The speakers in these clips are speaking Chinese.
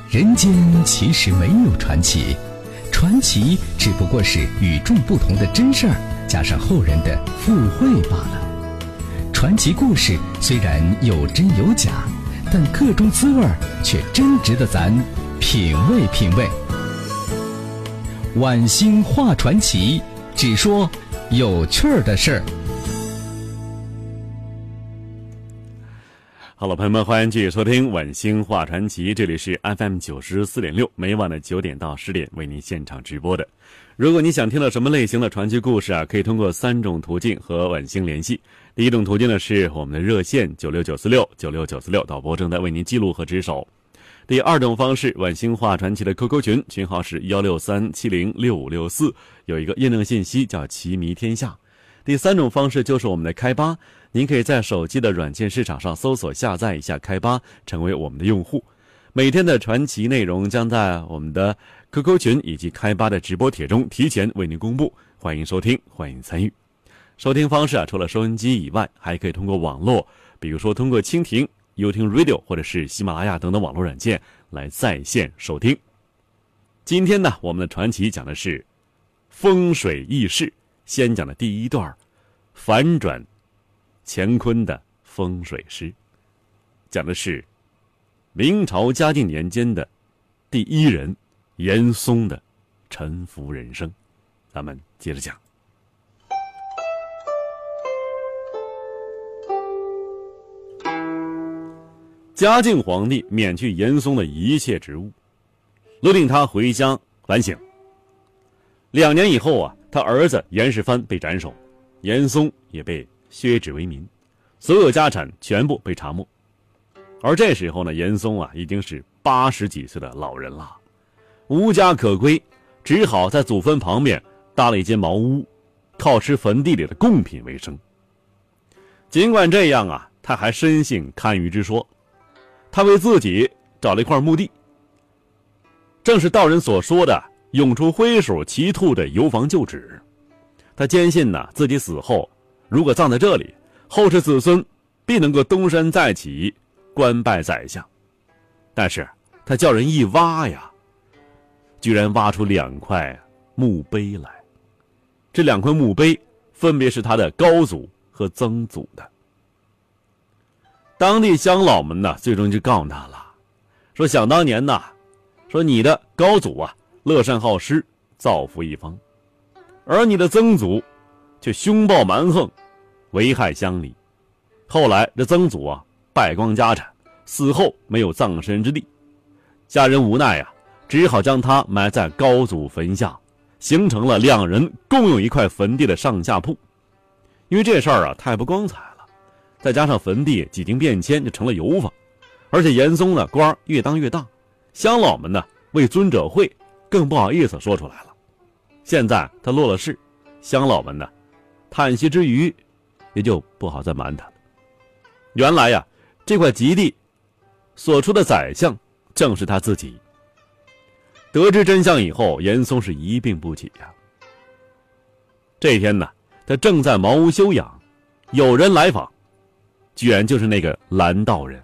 人间其实没有传奇，传奇只不过是与众不同的真事儿加上后人的附会罢了。传奇故事虽然有真有假，但各种滋味却真值得咱品味品味。晚星话传奇，只说有趣儿的事儿。 好了，朋友们，欢迎继续收听晚星话传奇，这里是 FM94.6，每晚的9点到10点为您现场直播的。如果你想听到什么类型的传奇故事啊，可以通过3种途径和晚星联系。第一种途径呢是我们的热线96946，96946，导播正在为您记录和值守。第二种方式，晚星话传奇的 QQ 群，群号是163706564，有一个验证信息叫奇迷天下。第三种方式就是我们的开吧，您可以在手机的软件市场上搜索下载一下开吧，成为我们的用户。每天的传奇内容将在我们的 QQ 群以及开吧的直播帖中提前为您公布，欢迎收听，欢迎参与。收听方式啊，除了收音机以外，还可以通过网络，比如说通过蜻蜓、优听 Radio 或者是喜马拉雅等等网络软件来在线收听。今天呢，我们的传奇讲的是风水轶事，先讲的第一段反转乾坤的风水师，讲的是明朝嘉靖年间的第一人严嵩的沉浮人生。咱们接着讲。嘉靖皇帝免去严嵩的一切职务，勒令他回乡反省。2年以后啊，他儿子严世蕃被斩首，严嵩也被削职为民，所有家产全部被查没。而这时候呢，严嵩啊已经是80几岁的老人了，无家可归，只好在祖坟旁边搭了一间茅屋，靠吃坟地里的贡品为生。尽管这样啊，他还深信堪舆之说，他为自己找了一块墓地，正是道人所说的涌出灰鼠奇兔的游房旧址。他坚信呢，自己死后如果葬在这里，后世子孙必能够东山再起，官拜宰相。但是他叫人一挖呀，居然挖出2块墓碑来。这2块墓碑分别是他的高祖和曾祖的。当地乡老们呢，最终就告诉他了，说想当年呢，说你的高祖啊乐善好施，造福一方，而你的曾祖却凶暴蛮横，危害乡里。后来这曾祖啊败光家产，死后没有葬身之地，家人无奈啊，只好将他埋在高祖坟下，形成了2人共用一块坟地的上下铺。因为这事儿啊太不光彩了，再加上坟地几经变迁就成了油坊，而且严嵩呢官越当越大，乡老们呢为尊者讳，更不好意思说出来了。现在他落了势，乡老们呢叹息之余，也就不好再瞒他了。原来呀，这块吉地所出的宰相正是他自己。得知真相以后，严嵩是一病不起呀。这一天呢，他正在茅屋休养，有人来访，居然就是那个蓝道人。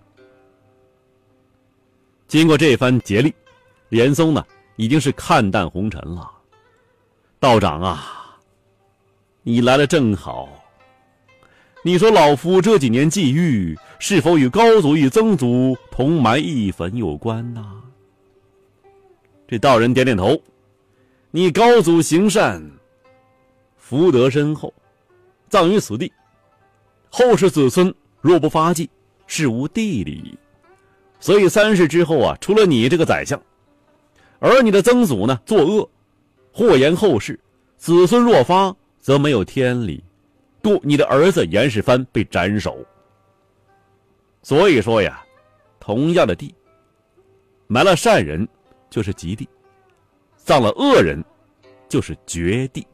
经过这番竭力，严嵩呢已经是看淡红尘了。道长啊，你来了正好，你说老夫这几年际遇是否与高祖与曾祖同埋一坟有关呢？这道人点点头，你高祖行善，福德深厚，葬于此地，后世子孙若不发迹，是无地理。所以3世之后啊，除了你这个宰相，而你的曾祖呢作恶，祸延后世，子孙若发，则没有天理，故你的儿子严世蕃被斩首。所以说呀，同样的地，埋了善人就是吉地，葬了恶人就是绝地。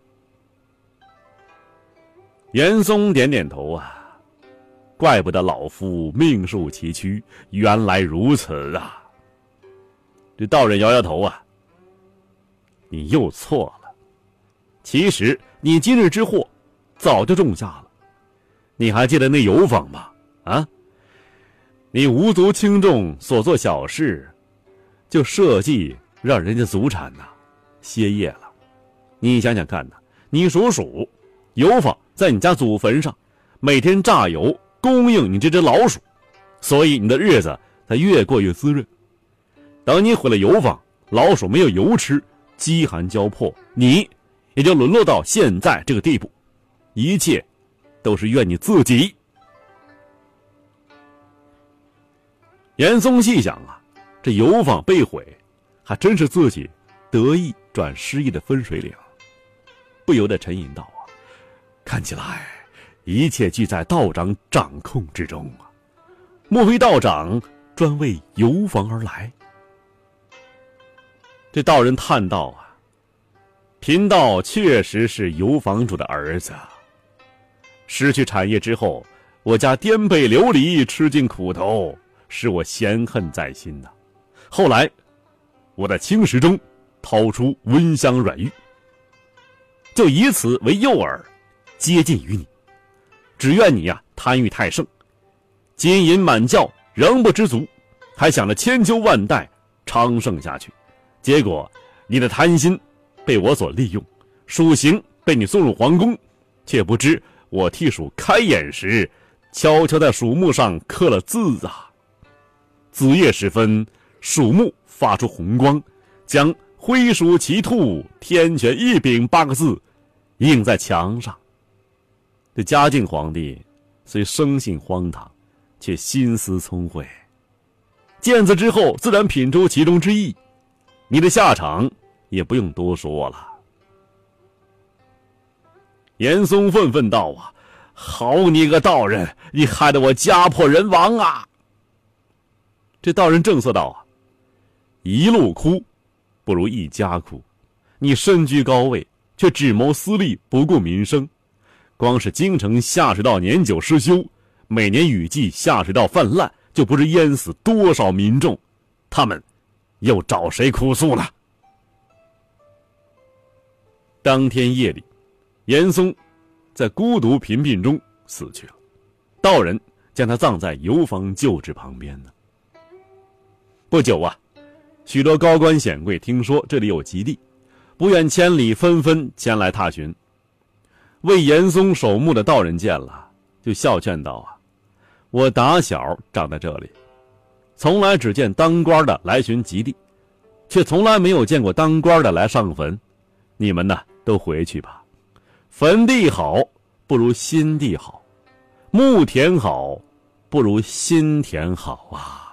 严嵩点点头啊，怪不得老夫命数崎岖，原来如此啊。这道人摇摇头啊，你又错了。其实你今日之祸早就种下了。你还记得那游坊吗？啊，你无足轻重所做小事， 就设计让人家祖产歇业了。你想想看你属鼠，油坊在你家祖坟上，每天榨油供应你这只老鼠，所以你的日子才越过越滋润。等你毁了油坊，老鼠没有油吃，饥寒交迫，你也就沦落到现在这个地步，一切都是怨你自己。严嵩细想这油坊被毁，还真是自己得意转失意的分水岭，不由得沉吟道看起来一切俱在道长掌控之中莫非道长专为油坊而来？这道人叹道贫道确实是油坊主的儿子，失去产业之后，我家颠沛流离，吃尽苦头，使我嫌恨在心后来我在青石中掏出温香软玉，就以此为诱饵，接近于你。只怨你贪欲太盛，金银满窖仍不知足，还想着千秋万代昌盛下去。结果你的贪心被我所利用，属刑被你送入皇宫，却不知我替鼠开眼时，悄悄在鼠目上刻了字子夜时分，鼠目发出红光，将灰鼠骑兔天权一柄8个字印在墙上。这嘉靖皇帝虽生性荒唐，却心思聪慧，见字之后自然品出其中之意，你的下场也不用多说了。严嵩愤愤道好你个道人，你害得我家破人亡这道人正色道一路哭不如一家哭，你身居高位，却只谋私利，不顾民生。光是京城下水道年久失修，每年雨季下水道泛滥，就不知淹死多少民众，他们又找谁哭诉呢？当天夜里，严嵩在孤独贫病中死去了，道人将他葬在油坊旧址旁边不久许多高官显贵听说这里有吉地，不远千里，纷纷前来踏寻。为严嵩守墓的道人见了，就笑劝道我打小长在这里，从来只见当官的来寻吉地，却从来没有见过当官的来上坟。你们都回去吧，坟地好不如心地好，墓田好不如心田好